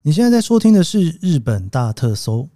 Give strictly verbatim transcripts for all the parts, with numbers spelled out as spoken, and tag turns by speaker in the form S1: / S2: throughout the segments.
S1: 你现在在收听的是日本大特搜。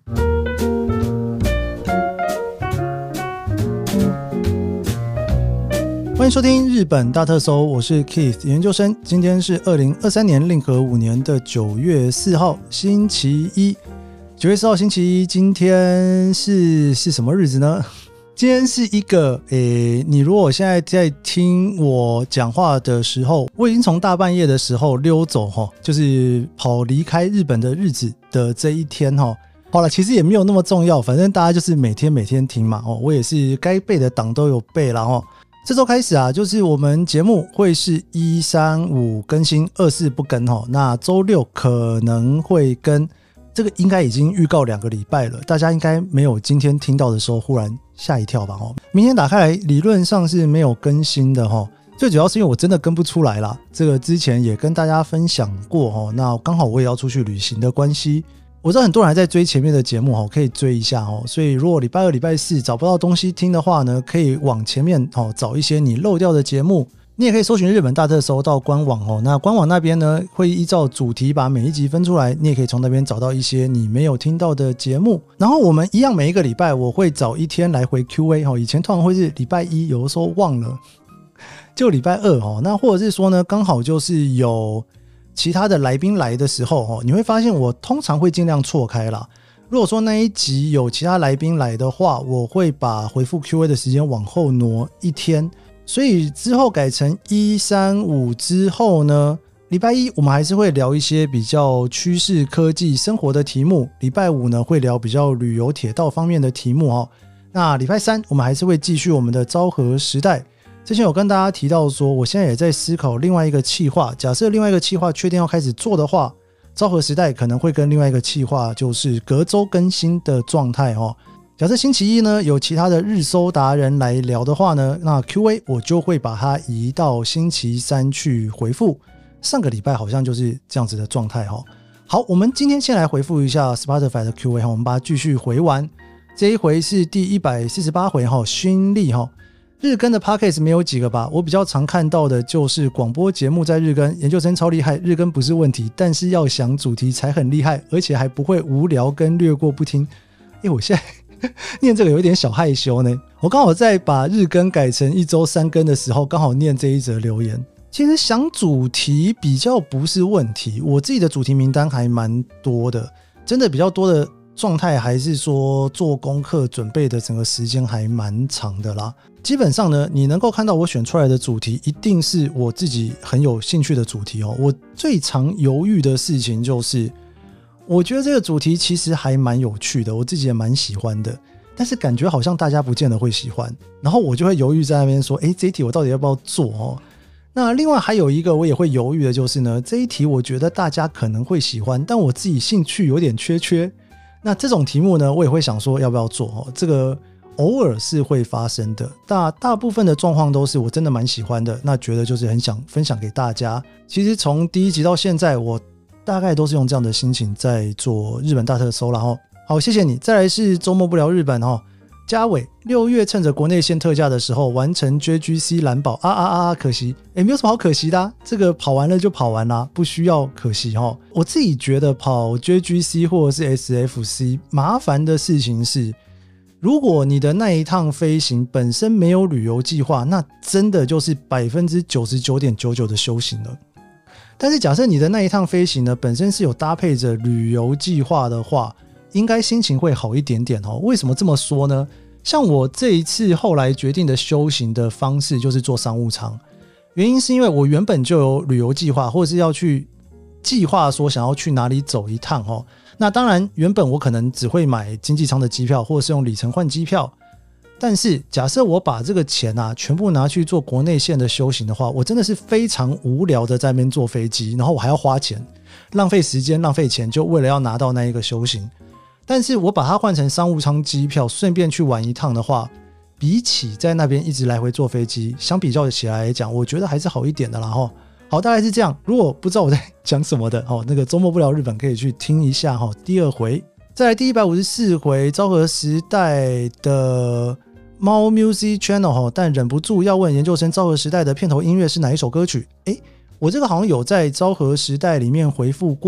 S1: 欢迎收听日本大特搜，我是 Keith 研究生。今天是二零二三年令和五年的九月四号，星期一。九月四号星期一，今天是是什么日子呢？今天是一个诶，你如果现在在听我讲话的时候，我已经从大半夜的时候溜走齁，就是跑离开日本的日子的这一天齁。好了，其实也没有那么重要，反正大家就是每天每天听嘛齁，我也是该背的档都有背啦齁。这周开始啊，就是我们节目会是一三五更新，二四不更齁。那周六可能会跟。这个应该已经预告两个礼拜了，大家应该没有今天听到的时候忽然吓一跳吧？明天打开来理论上是没有更新的齁，最主要是因为我真的跟不出来啦。这个之前也跟大家分享过齁，那刚好我也要出去旅行的关系，我知道很多人还在追前面的节目齁，可以追一下齁。所以如果礼拜二、礼拜四找不到东西听的话呢，可以往前面齁找一些你漏掉的节目。你也可以搜寻日本大特搜到官网哦，那官网那边呢会依照主题把每一集分出来，你也可以从那边找到一些你没有听到的节目。然后我们一样每一个礼拜我会找一天来回 Q A 哦，以前通常会是礼拜一，有的时候忘了就礼拜二哦，那或者是说呢刚好就是有其他的来宾来的时候哦，你会发现我通常会尽量错开啦。如果说那一集有其他来宾来的话，我会把回复 Q A 的时间往后挪一天。所以之后改成一三五之后呢，礼拜一我们还是会聊一些比较趋势科技生活的题目，礼拜五呢会聊比较旅游铁道方面的题目哦。那礼拜三我们还是会继续我们的昭和时代。之前有跟大家提到说，我现在也在思考另外一个企划，假设另外一个企划确定要开始做的话，昭和时代可能会跟另外一个企划就是隔周更新的状态哦。假设星期一呢有其他的日搜达人来聊的话呢，那 Q A 我就会把它移到星期三去回复。上个礼拜好像就是这样子的状态齁。好，我们今天先来回复一下 Spotify 的 Q A， 我们把它继续回完。这一回是第一百四十八回齁，勋历齁。日更的 Podcast 没有几个吧，我比较常看到的就是广播节目在日更，研究生超厉害，日更不是问题，但是要想主题才很厉害，而且还不会无聊跟略过不听。诶，我现在念这个有一点小害羞呢，我刚好在把日更改成一周三更的时候，刚好念这一则留言。其实想主题比较不是问题，我自己的主题名单还蛮多的，真的比较多的状态还是说做功课准备的整个时间还蛮长的啦。基本上呢，你能够看到我选出来的主题一定是我自己很有兴趣的主题哦。我最常犹豫的事情就是我觉得这个主题其实还蛮有趣的，我自己也蛮喜欢的，但是感觉好像大家不见得会喜欢，然后我就会犹豫在那边说，诶，这一题我到底要不要做哦？那另外还有一个我也会犹豫的就是呢，这一题我觉得大家可能会喜欢，但我自己兴趣有点缺缺。那这种题目呢，我也会想说要不要做哦？这个偶尔是会发生的，大大部分的状况都是我真的蛮喜欢的，那觉得就是很想分享给大家。其实从第一集到现在，我大概都是用这样的心情在做日本大特搜啦齁。好，谢谢你。再来是周末不聊日本齁，嘉伟六月趁着国内线特价的时候完成 J G C 蓝宝啊啊啊！可惜，诶，没有什么好可惜的啊，这个跑完了就跑完啦，不需要可惜齁。我自己觉得跑 J G C 或者是 S F C 麻烦的事情是，如果你的那一趟飞行本身没有旅游计划，那真的就是 百分之九十九点九九 的修行了。但是假设你的那一趟飞行呢，本身是有搭配着旅游计划的话，应该心情会好一点点哦。为什么这么说呢？像我这一次后来决定的修行的方式就是坐商务舱，原因是因为我原本就有旅游计划，或者是要去计划说想要去哪里走一趟哦。那当然原本我可能只会买经济舱的机票，或者是用里程换机票。但是假设我把这个钱啊全部拿去做国内线的修行的话，我真的是非常无聊的在那边坐飞机，然后我还要花钱，浪费时间浪费钱，就为了要拿到那一个修行。但是我把它换成商务舱机票，顺便去玩一趟的话，比起在那边一直来回坐飞机，相比较起来讲，我觉得还是好一点的啦齁。好，大概是这样。如果不知道我在讲什么的齁，那个周末不聊日本可以去听一下齁。第二回，再来第一百五十四回，昭和时代的猫 Music Channel， 但忍不住要问研究生昭和时代的片头音乐是哪一首歌曲。诶，我这个好像有在昭和时代里面回复过，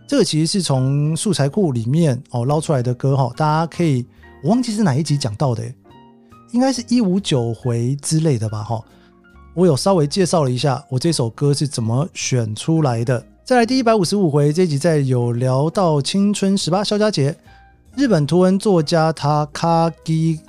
S1: 这个其实是从素材库里面、哦、捞出来的歌、哦、大家可以，我忘记是哪一集讲到的，应该是一五九回之类的吧、哦、我有稍微介绍了一下我这首歌是怎么选出来的。再来第一百五十五回，这一集在有聊到青春十八萧家节，日本图文作家Takagi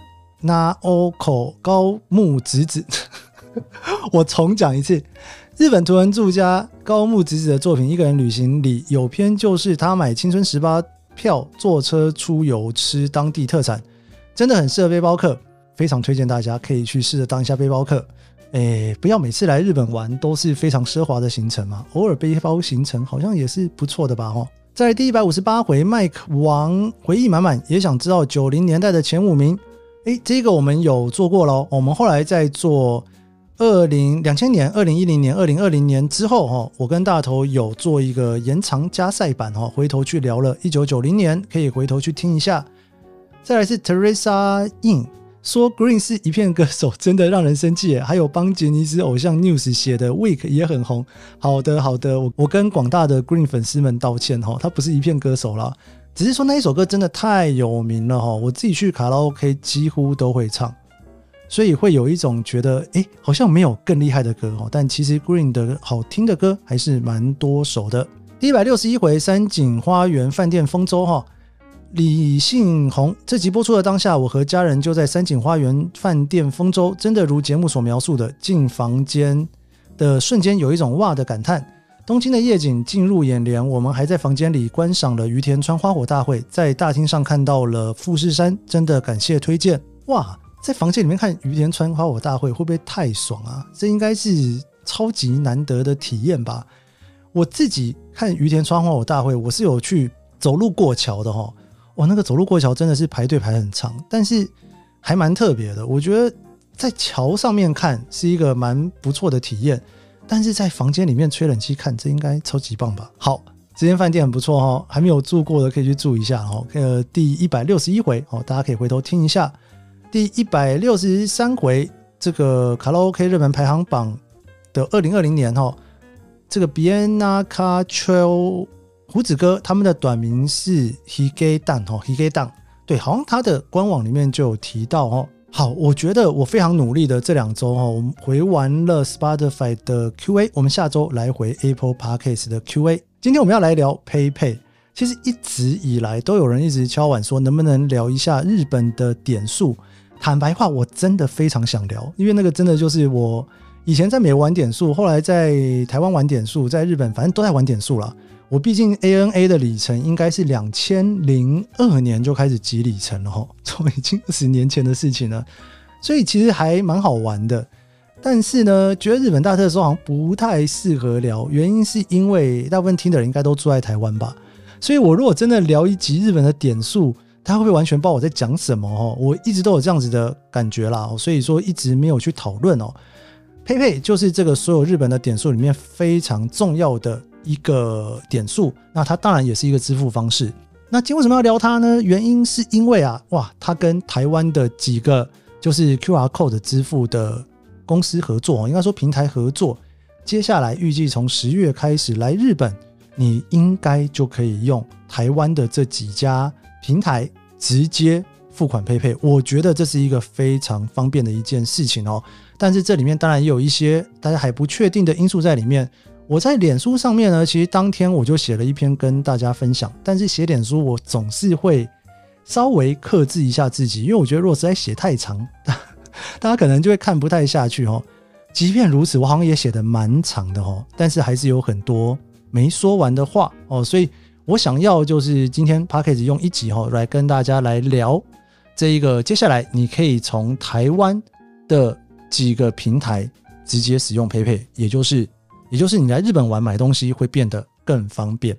S1: Naoko 高木直子我重讲一次，日本图文作家高木直子的作品《一个人旅行》里有篇就是他买青春十八票坐车出游吃当地特产，真的很适合背包客，非常推荐大家可以去试着当一下背包客。诶，不要每次来日本玩都是非常奢华的行程嘛，偶尔背包行程好像也是不错的吧、哦、在第一百五十八回，麦克王回忆满满，也想知道九零年代的前五名。诶，这个我们有做过咯，我们后来在做二零两千年、二零一零年、二零二零年之后，我跟大头有做一个延长加赛版，回头去聊了一九九零年，可以回头去听一下。再来是 Teresa In 说 Green 是一片歌手，真的让人生气耶。还有帮杰尼斯偶像 News 写的 Week 也很红。好的好的， 我, 我跟广大的 Green 粉丝们道歉，他不是一片歌手啦，只是说那一首歌真的太有名了，我自己去卡拉 OK 几乎都会唱，所以会有一种觉得诶好像没有更厉害的歌，但其实 Green 的好听的歌还是蛮多首的。第一百六十一回，山景花园饭店丰州，李信宏，这集播出的当下，我和家人就在山景花园饭店丰州，真的如节目所描述的，进房间的瞬间有一种哇的感叹。东京的夜景进入眼帘，我们还在房间里观赏了于田川花火大会，在大厅上看到了富士山，真的感谢推荐。哇，在房间里面看于田川花火大会会不会太爽啊？这应该是超级难得的体验吧。我自己看于田川花火大会，我是有去走路过桥的齁，哇，那个走路过桥真的是排队排很长，但是还蛮特别的。我觉得在桥上面看是一个蛮不错的体验，但是在房间里面吹冷气看，这应该超级棒吧。好，这间饭店很不错齁，还没有住过的可以去住一下齁。呃，第一百六十一回齁，大家可以回头听一下。第一百六十三回，这个卡拉 OK 热门排行榜的二零二零年齁，这个 Bianca Trail 胡子哥他们的短名是 Higedan Higedan， 对，好像他的官网里面就有提到哦。好，我觉得我非常努力的这两周哦，我们回完了 Spotify 的 Q A， 我们下周来回 Apple Podcast 的 Q A。今天我们要来聊 PayPay， 其实一直以来都有人一直敲碗说能不能聊一下日本的点数。坦白话，我真的非常想聊，因为那个真的就是我以前在美国玩点数，后来在台湾玩点数，在日本反正都在玩点数啦。我毕竟 A N A 的里程应该是二零零二年就开始集里程了，这已经二十年前的事情了，所以其实还蛮好玩的。但是呢，觉得日本大特搜好像不太适合聊，原因是因为大部分听的人应该都住在台湾吧，所以我如果真的聊一集日本的点数，他会不会完全不知道我在讲什么？我一直都有这样子的感觉啦，所以说一直没有去讨论哦。PayPay 就是这个所有日本的点数里面非常重要的一个点数，那它当然也是一个支付方式。那今天为什么要聊它呢？原因是因为啊，哇，它跟台湾的几个就是 Q R Code 支付的公司合作，应该说平台合作，接下来预计从十月开始来日本，你应该就可以用台湾的这几家平台直接付款 PayPay， 我觉得这是一个非常方便的一件事情哦。但是这里面当然也有一些大家还不确定的因素在里面。我在脸书上面呢，其实当天我就写了一篇跟大家分享，但是写脸书我总是会稍微克制一下自己，因为我觉得如果实在写太长，大家可能就会看不太下去哦。即便如此，我好像也写得蛮长的哦，但是还是有很多没说完的话哦，所以我想要就是今天 Podcast 用一集哦来跟大家来聊这一个，接下来你可以从台湾的几个平台直接使用 PayPay， 也就是也就是你来日本玩买东西会变得更方便。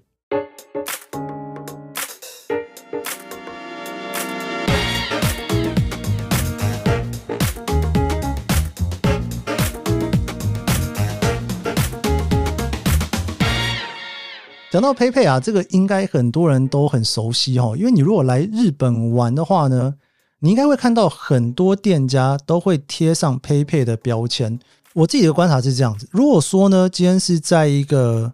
S1: 讲到 PayPay 啊，这个应该很多人都很熟悉哦，因为你如果来日本玩的话呢，你应该会看到很多店家都会贴上 PayPay 的标签。我自己的观察是这样子，如果说呢，今天是在一个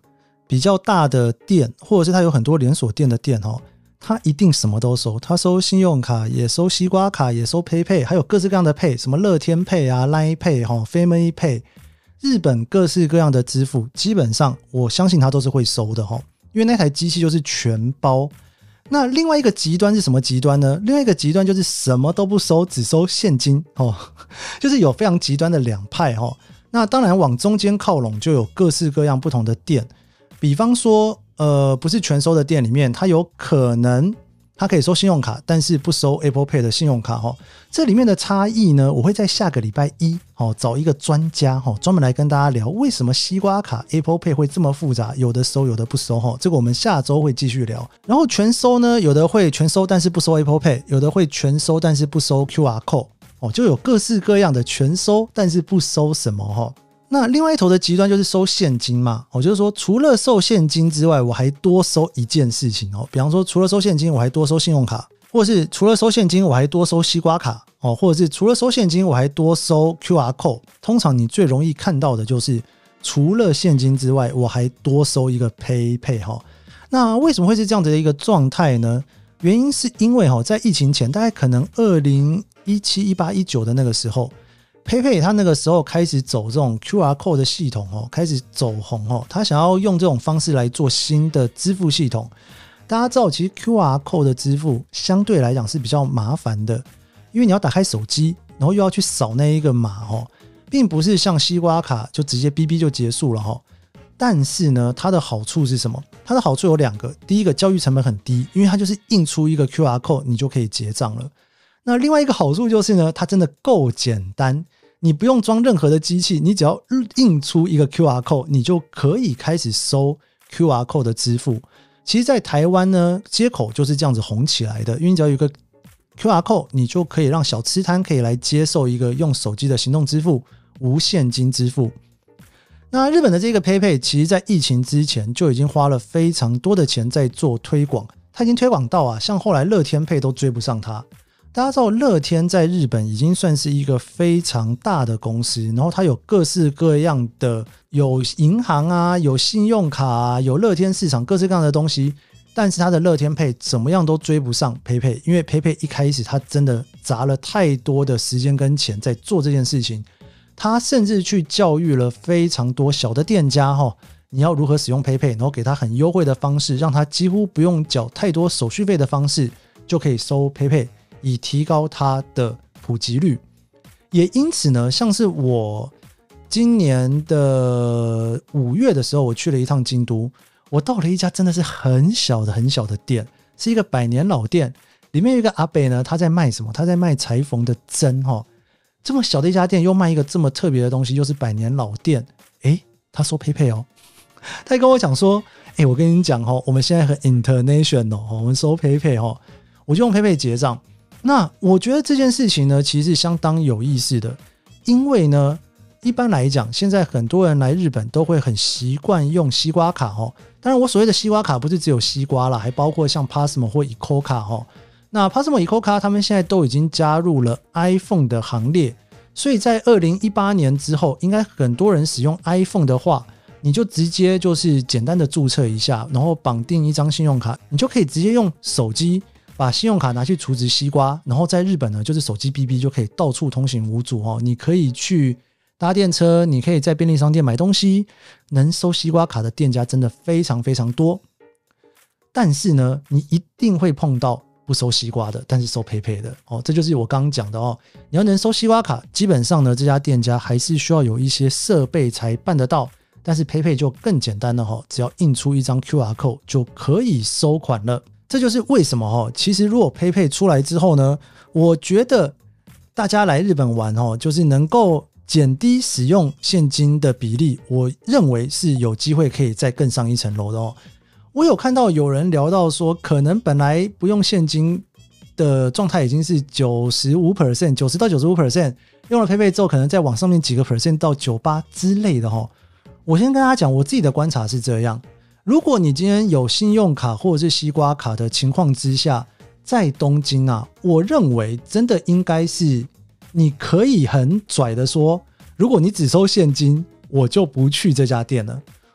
S1: 比较大的店，或者是它有很多连锁店的店哦，它一定什么都收，它收信用卡，也收西瓜卡，也收 PayPay， 还有各式各样的 Pay， 什么乐天 Pay 啊 Line Pay、Family Pay， 日本各式各样的支付，基本上我相信它都是会收的哦，因为那台机器就是全包。那另外一个极端是什么极端呢？另外一个极端就是什么都不收，只收现金哦，就是有非常极端的两派哦。那当然往中间靠拢就有各式各样不同的店，比方说呃，不是全收的店里面，它有可能它可以收信用卡，但是不收 Apple Pay 的信用卡哦。这里面的差异呢，我会在下个礼拜一哦找一个专家哦，专门来跟大家聊为什么西瓜卡 Apple Pay 会这么复杂，有的收有的不收哦。这个我们下周会继续聊。然后全收呢，有的会全收但是不收 Apple Pay， 有的会全收但是不收 Q R Code 哦，就有各式各样的全收但是不收什么哦。那另外一头的极端就是收现金嘛，我就是说除了收现金之外，我还多收一件事情哦，比方说除了收现金我还多收信用卡，或者是除了收现金我还多收西瓜卡哦，或者是除了收现金我还多收 Q R Code。通常你最容易看到的就是除了现金之外我还多收一个 PayPay 哦。那为什么会是这样的一个状态呢？原因是因为在疫情前大概可能二零一七、一八、一九的那个时候，PayPay 它那个时候开始走这种 Q R Code 的系统哦，开始走红哦，它想要用这种方式来做新的支付系统。大家知道其实 Q R Code 的支付相对来讲是比较麻烦的，因为你要打开手机，然后又要去扫那一个码哦，并不是像西瓜卡就直接哔哔就结束了哦。但是呢，它的好处是什么？它的好处有两个，第一个交易成本很低，因为它就是印出一个 Q R Code 你就可以结账了。那另外一个好处就是呢，它真的够简单，你不用装任何的机器，你只要印出一个 Q R Code 你就可以开始收 Q R Code 的支付。其实在台湾呢，街口就是这样子红起来的，因为你只要有一个 Q R Code 你就可以让小吃摊可以来接受一个用手机的行动支付，无现金支付。那日本的这个 PayPay 其实在疫情之前就已经花了非常多的钱在做推广，它已经推广到啊，像后来乐天 Pay 都追不上它。大家知道乐天在日本已经算是一个非常大的公司，然后它有各式各样的，有银行啊，有信用卡啊，有乐天市场各式各样的东西，但是它的乐天 Pay 怎么样都追不上 PayPay， 因为 PayPay 一开始它真的砸了太多的时间跟钱在做这件事情，他甚至去教育了非常多小的店家齁，你要如何使用 PayPay， 然后给他很优惠的方式，让他几乎不用缴太多手续费的方式就可以收 PayPay， 以提高它的普及率。也因此呢，像是我今年的五月的时候，我去了一趟京都，我到了一家真的是很小的很小的店，是一个百年老店，里面有一个阿伯呢，他在卖什么？他在卖裁缝的针齁。这么小的一家店又卖一个这么特别的东西，又是百年老店，诶，他收 PayPay 哦，他还跟我讲说，诶，我跟你讲哦，我们现在很 international 哦，我们收 PayPay 哦，我就用 PayPay 结账。那我觉得这件事情呢，其实相当有意思的，因为呢，一般来讲，现在很多人来日本都会很习惯用西瓜卡哦。当然，我所谓的西瓜卡不是只有西瓜啦，还包括像 Pasmo 或 ICOCA 卡哦。那 Pasmo、ICOCA 他们现在都已经加入了 iPhone 的行列，所以在二零一八年之后，应该很多人使用 iPhone 的话，你就直接就是简单的注册一下，然后绑定一张信用卡，你就可以直接用手机把信用卡拿去储值西瓜，然后在日本呢，就是手机哔哔就可以到处通行无阻哦。你可以去搭电车，你可以在便利商店买东西，能收西瓜卡的店家真的非常非常多。但是呢，你一定会碰到不收西瓜的，但是收 PayPay 的哦，这就是我刚刚讲的哦。你要能收西瓜卡，基本上呢，这家店家还是需要有一些设备才办得到。但是 PayPay 就更简单了哦，只要印出一张 Q R Code 就可以收款了。这就是为什么哦，其实如果 PayPay 出来之后呢，我觉得大家来日本玩哦，就是能够减低使用现金的比例，我认为是有机会可以再更上一层楼的哦。我有看到有人聊到说，可能本来不用现金的状态已经是 百分之九十五 百分之九十 到 百分之九十五， 用了 PayPay 之后可能再往上面几个 percent 到 百分之九十八 之类的齁。我先跟大家讲我自己的观察是这样，如果你今天有信用卡或者是西瓜卡的情况之下，在东京啊，我认为真的应该是你可以很拽的说，如果你只收现金，我就不去这家店了。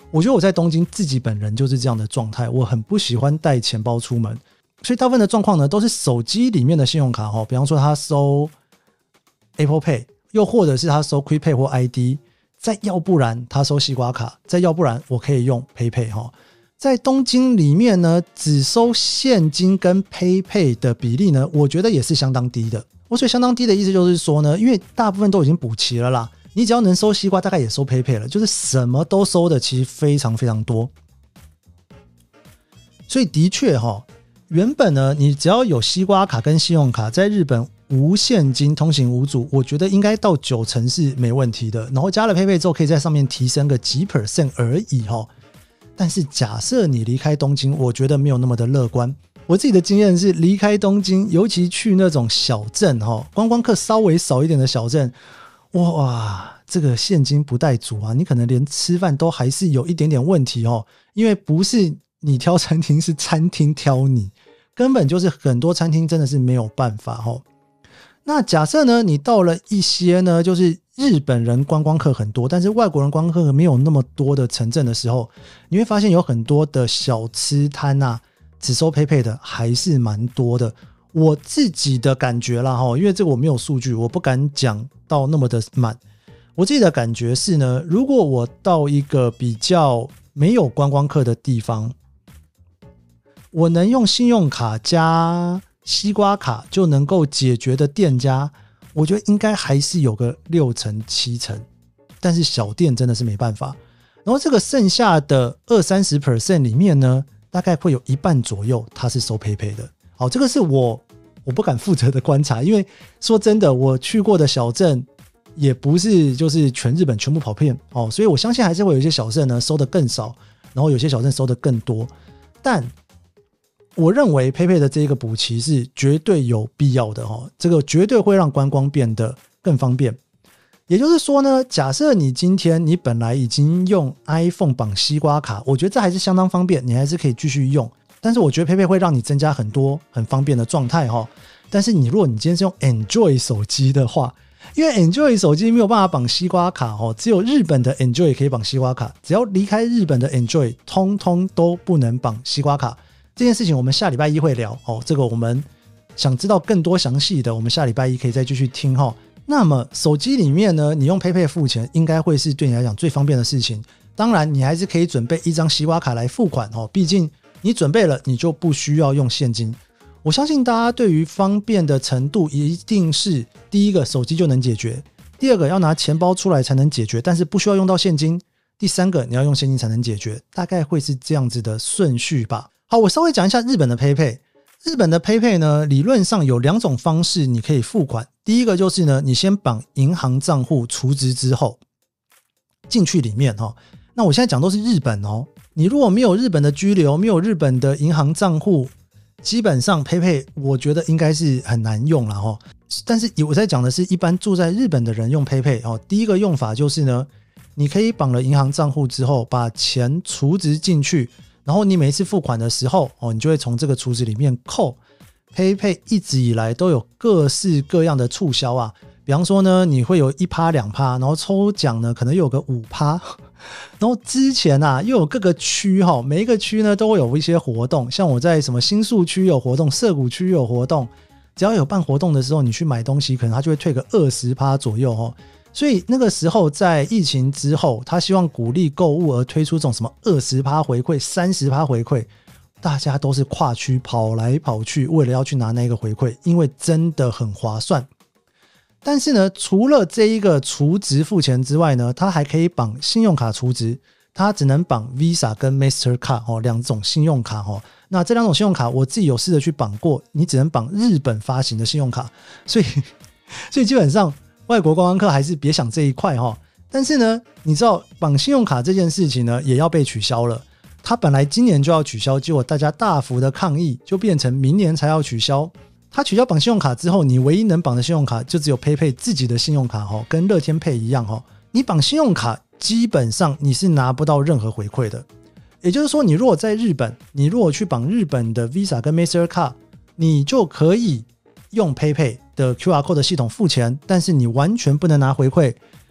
S1: 我觉得我在东京自己本人就是这样的状态，我很不喜欢带钱包出门，所以大部分的状况呢都是手机里面的信用卡，比方说他收 Apple Pay， 又或者是他收 Quick Pay 或 I D， 再要不然他收西瓜卡，再要不然我可以用 PayPay。在东京里面呢，只收现金跟 PayPay 的比例呢，我觉得也是相当低的。我所以相当低的意思就是说呢，因为大部分都已经补齐了啦，你只要能收西瓜，大概也收 PayPay 了，就是什么都收的其实非常非常多。所以的确齁，原本呢，你只要有西瓜卡跟信用卡，在日本无现金通行无阻，我觉得应该到九成是没问题的。然后加了 PayPay 之后，可以在上面提升个几 percent 而已齁。但是假设你离开东京，我觉得没有那么的乐观。我自己的经验是，离开东京，尤其去那种小镇齁，观光客稍微少一点的小镇，哇，这个现金不带足啊，你可能连吃饭都还是有一点点问题哦。因为不是你挑餐厅，是餐厅挑你，根本就是很多餐厅真的是没有办法哦。那假设呢，你到了一些呢，就是日本人观光客很多，但是外国人观光客没有那么多的城镇的时候，你会发现有很多的小吃摊啊，只收 PayPay 的还是蛮多的。我自己的感觉啦，因为这个我没有数据，我不敢讲到那么的满。我自己的感觉是呢，如果我到一个比较没有观光客的地方，我能用信用卡加西瓜卡就能够解决的店家，我觉得应该还是有个六成七成，但是小店真的是没办法。然后这个剩下的 百分之二三十 里面呢，大概会有一半左右它是收 PayPay 的。好，这个是我我不敢负责的观察，因为说真的，我去过的小镇也不是就是全日本全部跑遍哦，所以我相信还是会有一些小镇呢收的更少，然后有些小镇收的更多。但我认为 PayPay 的这个补齐是绝对有必要的哦，这个绝对会让观光变得更方便。也就是说呢，假设你今天你本来已经用 iPhone 绑西瓜卡，我觉得这还是相当方便，你还是可以继续用。但是我觉得 PayPay 会让你增加很多很方便的状态齁。但是你如果你今天是用 Enjoy 手机的话，因为 Enjoy 手机没有办法绑西瓜卡齁，只有日本的 Enjoy 可以绑西瓜卡，只要离开日本的 Enjoy 通通都不能绑西瓜卡。这件事情我们下礼拜一会聊哦，这个我们想知道更多详细的，我们下礼拜一可以再继续听齁。那么手机里面呢，你用 PayPay 付钱应该会是对你来讲最方便的事情。当然你还是可以准备一张西瓜卡来付款哦，毕竟你准备了你就不需要用现金。我相信大家对于方便的程度一定是第一个手机就能解决，第二个要拿钱包出来才能解决，但是不需要用到现金，第三个你要用现金才能解决，大概会是这样子的顺序吧。好，我稍微讲一下日本的 PayPay。日本的 PayPay 呢，理论上有两种方式你可以付款。第一个就是呢，你先绑银行账户储值之后进去里面齁。那我现在讲都是日本哦，你如果没有日本的居留，没有日本的银行账户，基本上 PayPay 我觉得应该是很难用啦齁。但是我在讲的是一般住在日本的人用 PayPay 哦。第一个用法就是呢，你可以绑了银行账户之后，把钱储值进去。然后你每一次付款的时候哦，你就会从这个储值里面扣。PayPay 一直以来都有各式各样的促销啊，比方说呢，你会有 百分之一、百分之二， 然后抽奖呢可能又有个 百分之五， 然后之前啊又有各个区哈，每一个区呢都会有一些活动，像我在什么新宿区有活动，涩谷区有活动，只要有办活动的时候，你去买东西可能它就会退个 百分之二十 左右哦。所以那个时候在疫情之后，他希望鼓励购物而推出这种什么 百分之二十 回馈 百分之三十 回馈，大家都是跨区跑来跑去，为了要去拿那个回馈，因为真的很划算。但是呢，除了这一个储值付钱之外呢，它还可以绑信用卡储值，它只能绑 Visa 跟 Mastercard 哦，两种信用卡哦。那这两种信用卡我自己有试着去绑过，你只能绑日本发行的信用卡，所以所以基本上外国观光客还是别想这一块齁。但是呢，你知道绑信用卡这件事情呢，也要被取消了。它本来今年就要取消，结果大家大幅的抗议，就变成明年才要取消。它取消绑信用卡之后，你唯一能绑的信用卡就只有 PayPay 自己的信用卡齁，跟乐天 Pay 一样齁。你绑信用卡基本上你是拿不到任何回馈的。也就是说，你如果在日本，你如果去绑日本的 Visa 跟 Mastercard， 你就可以用 PayPay 的 Q R Code 的系统付钱，但是你完全不能拿回馈。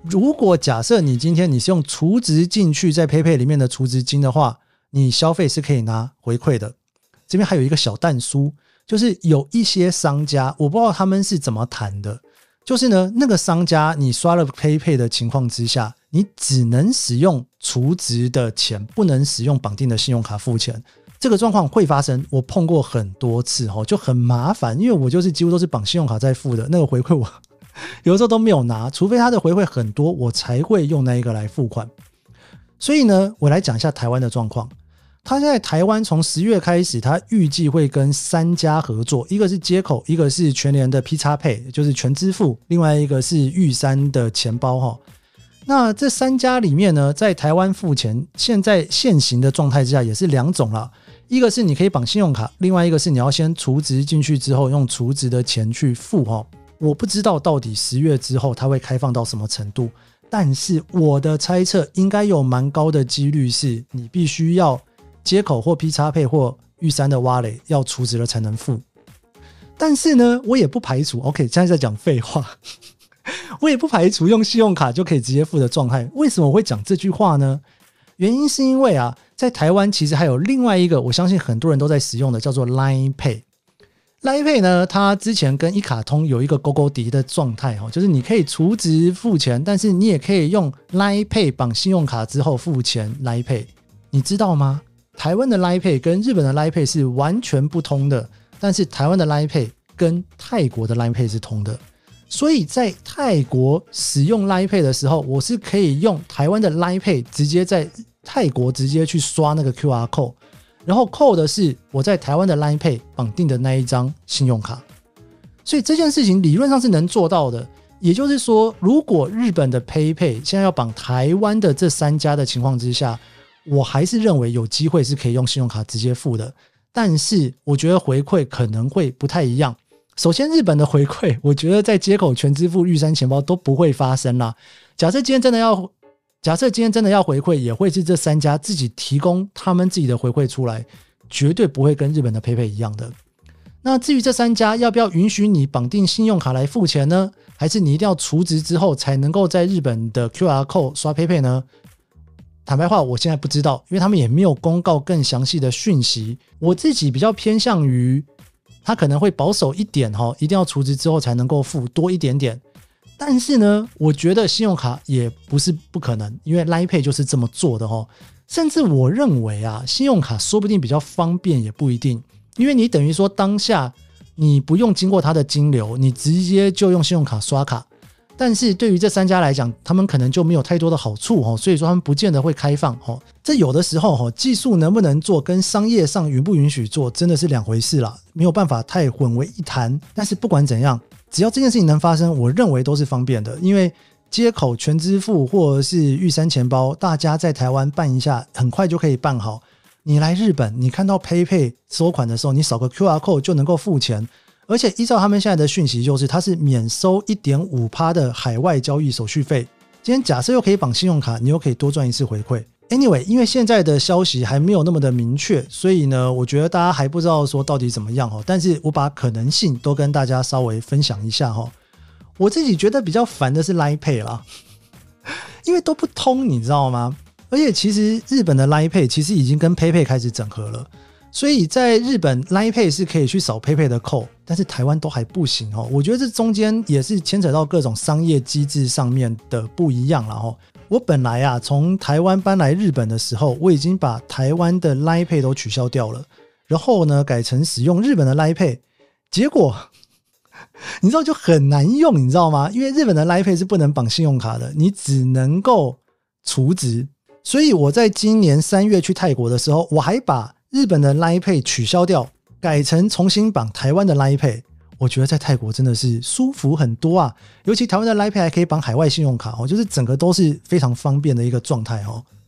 S1: 如果假设你今天你是用储值进去在 PayPay 里面的储值金的话，你消费是可以拿回馈的。这边还有一个小但书，就是有一些商家我不知道他们是怎么谈的，就是呢那个商家你刷了 PayPay 的情况之下，你只能使用储值的钱，不能使用绑定的信用卡付钱。这个状况会发生，我碰过很多次，就很麻烦，因为我就是几乎都是绑信用卡在付的，那个回馈我有的时候都没有拿，除非他的回馈很多我才会用那一个来付款。所以呢我来讲一下台湾的状况。他现在台湾从十月开始，他预计会跟三家合作，一个是街口，一个是全联的 PXPay 就是全支付，另外一个是玉山的钱包。那这三家里面呢，在台湾付钱现在现行的状态之下也是两种啦，一个是你可以绑信用卡，另外一个是你要先储值进去之后用储值的钱去付。我不知道到底十月之后它会开放到什么程度，但是我的猜测应该有蛮高的几率是你必须要街口或 PXPay 或玉山的 Wallet 要储值了才能付。但是呢我也不排除 OK 现在在讲废话我也不排除用信用卡就可以直接付的状态。为什么我会讲这句话呢？原因是因为啊，在台湾其实还有另外一个我相信很多人都在使用的叫做 Line Pay。Line Pay 呢，它之前跟一卡通有一个勾勾敌的状态，就是你可以储值付钱，但是你也可以用 Line Pay 绑信用卡之后付钱 Line Pay。你知道吗？台湾的 Line Pay 跟日本的 Line Pay 是完全不通的，但是台湾的 Line Pay 跟泰国的 Line Pay 是通的。所以在泰国使用 Line Pay 的时候，我是可以用台湾的 Line Pay 直接在泰国直接去刷那个 Q R code， 然后扣的是我在台湾的 Line Pay 绑定的那一张信用卡。所以这件事情理论上是能做到的。也就是说，如果日本的 PayPay 现在要绑台湾的这三家的情况之下，我还是认为有机会是可以用信用卡直接付的。但是我觉得回馈可能会不太一样。首先日本的回馈我觉得在街口全支付玉山钱包都不会发生啦。假设今天真的要假设今天真的要回馈，也会是这三家自己提供他们自己的回馈出来，绝对不会跟日本的 PayPay 一样的。那至于这三家要不要允许你绑定信用卡来付钱呢？还是你一定要储值之后才能够在日本的 Q R code 刷 PayPay 呢？坦白话我现在不知道，因为他们也没有公告更详细的讯息。我自己比较偏向于他可能会保守一点，一定要储值之后才能够付多一点点。但是呢我觉得信用卡也不是不可能，因为 Line Pay 就是这么做的。甚至我认为啊，信用卡说不定比较方便也不一定，因为你等于说当下你不用经过它的金流，你直接就用信用卡刷卡。但是对于这三家来讲，他们可能就没有太多的好处，所以说他们不见得会开放。这有的时候技术能不能做跟商业上允不允许做真的是两回事啦，没有办法太混为一谈。但是不管怎样，只要这件事情能发生，我认为都是方便的。因为街口全支付或者是玉山钱包，大家在台湾办一下很快就可以办好。你来日本你看到 PayPay 收款的时候，你扫个 Q R code 就能够付钱，而且依照他们现在的讯息，就是它是免收 百分之一点五 的海外交易手续费。今天假设又可以绑信用卡，你又可以多赚一次回馈。 Anyway， 因为现在的消息还没有那么的明确，所以呢我觉得大家还不知道说到底怎么样，但是我把可能性都跟大家稍微分享一下。我自己觉得比较烦的是 Line Pay 啦，因为都不通你知道吗？而且其实日本的 Line Pay 其实已经跟 PayPay 开始整合了，所以在日本 Line Pay 是可以去扫 PayPay 的扣，但是台湾都还不行。我觉得这中间也是牵扯到各种商业机制上面的不一样啦。我本来啊从台湾搬来日本的时候，我已经把台湾的 Line Pay 都取消掉了，然后呢改成使用日本的 Line Pay， 结果你知道就很难用，你知道吗？因为日本的 Line Pay 是不能绑信用卡的，你只能够储值。所以我在今年三月去泰国的时候，我还把日本的 Line Pay 取消掉，改成重新绑台湾的 Line Pay。我觉得在泰国真的是舒服很多啊，尤其台湾的 Line Pay 还可以绑海外信用卡，就是整个都是非常方便的一个状态。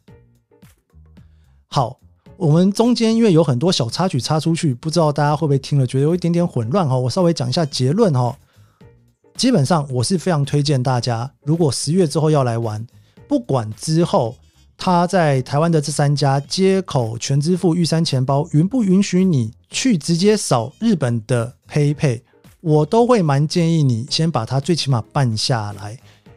S1: 好，我们中间因为有很多小插曲插出去，不知道大家会不会听了觉得有一点点混乱，我稍微讲一下结论。基本上我是非常推荐大家，如果十月之后要来玩，不管之后他在台湾的这三家街口全支付玉山钱包允不允许你去直接扫日本的 PayPay， 我都会蛮建议你先把它最起码办下来。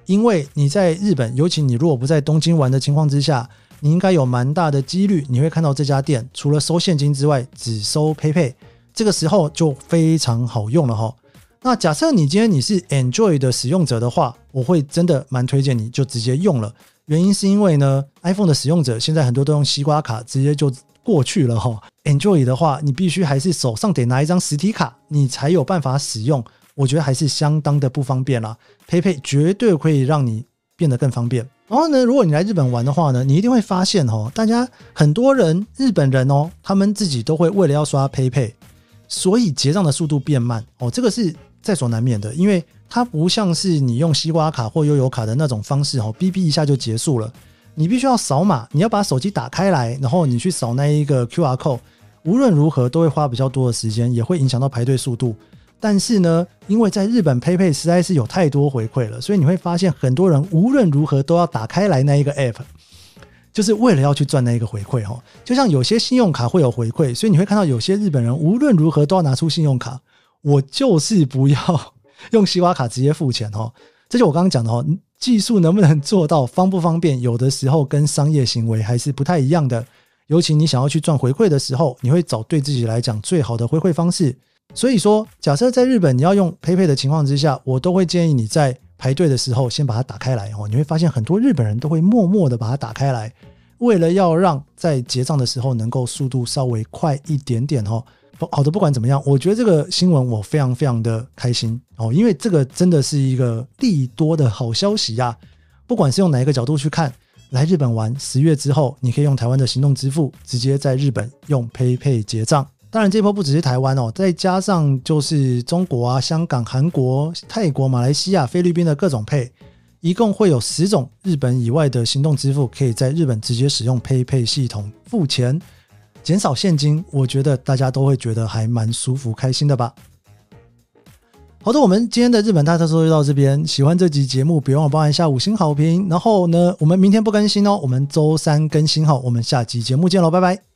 S1: 因为你在日本，尤其你如果不在东京玩的情况之下，你应该有蛮大的几率你会看到这家店除了收现金之外只收 PayPay， 这个时候就非常好用了齁。那假设你今天你是 Android 的使用者的话，我会真的蛮推荐你就直接用了。原因是因为呢 iPhone 的使用者现在很多都用西瓜卡直接就过去了齁。Android 的话你必须还是手上得拿一张实体卡你才有办法使用，我觉得还是相当的不方便啦。 PayPay 绝对可以让你变得更方便。然后呢，如果你来日本玩的话呢，你一定会发现哦，大家很多人日本人哦，他们自己都会为了要刷 PayPay， 所以结账的速度变慢哦，这个是在所难免的，因为它不像是你用西瓜卡或悠游卡的那种方式哦，哔哔一下就结束了。你必须要扫码，你要把手机打开来，然后你去扫那一个 Q R code， 无论如何都会花比较多的时间，也会影响到排队速度。但是呢，因为在日本 PayPay 实在是有太多回馈了，所以你会发现很多人无论如何都要打开来那一个 App， 就是为了要去赚那一个回馈。就像有些信用卡会有回馈，所以你会看到有些日本人无论如何都要拿出信用卡，我就是不要用西瓜卡直接付钱。这就我刚刚讲的，技术能不能做到方不方便，有的时候跟商业行为还是不太一样的。尤其你想要去赚回馈的时候，你会找对自己来讲最好的回馈方式。所以说假设在日本你要用 PayPay 的情况之下，我都会建议你在排队的时候先把它打开来。你会发现很多日本人都会默默的把它打开来，为了要让在结账的时候能够速度稍微快一点点。好的，不管怎么样，我觉得这个新闻我非常非常的开心，因为这个真的是一个利多的好消息啊。不管是用哪一个角度去看，来日本玩十月之后你可以用台湾的行动支付直接在日本用 PayPay 结账。当然这波不只是台湾哦，再加上就是中国啊、香港、韩国、泰国、马来西亚、菲律宾的各种 Pay， 一共会有十种日本以外的行动支付可以在日本直接使用 PayPay 系统付钱，减少现金，我觉得大家都会觉得还蛮舒服开心的吧。好的，我们今天的日本大特搜就到这边，喜欢这集节目别忘了帮按下五星好评，然后呢我们明天不更新哦，我们周三更新哦，我们下集节目见咯，拜拜。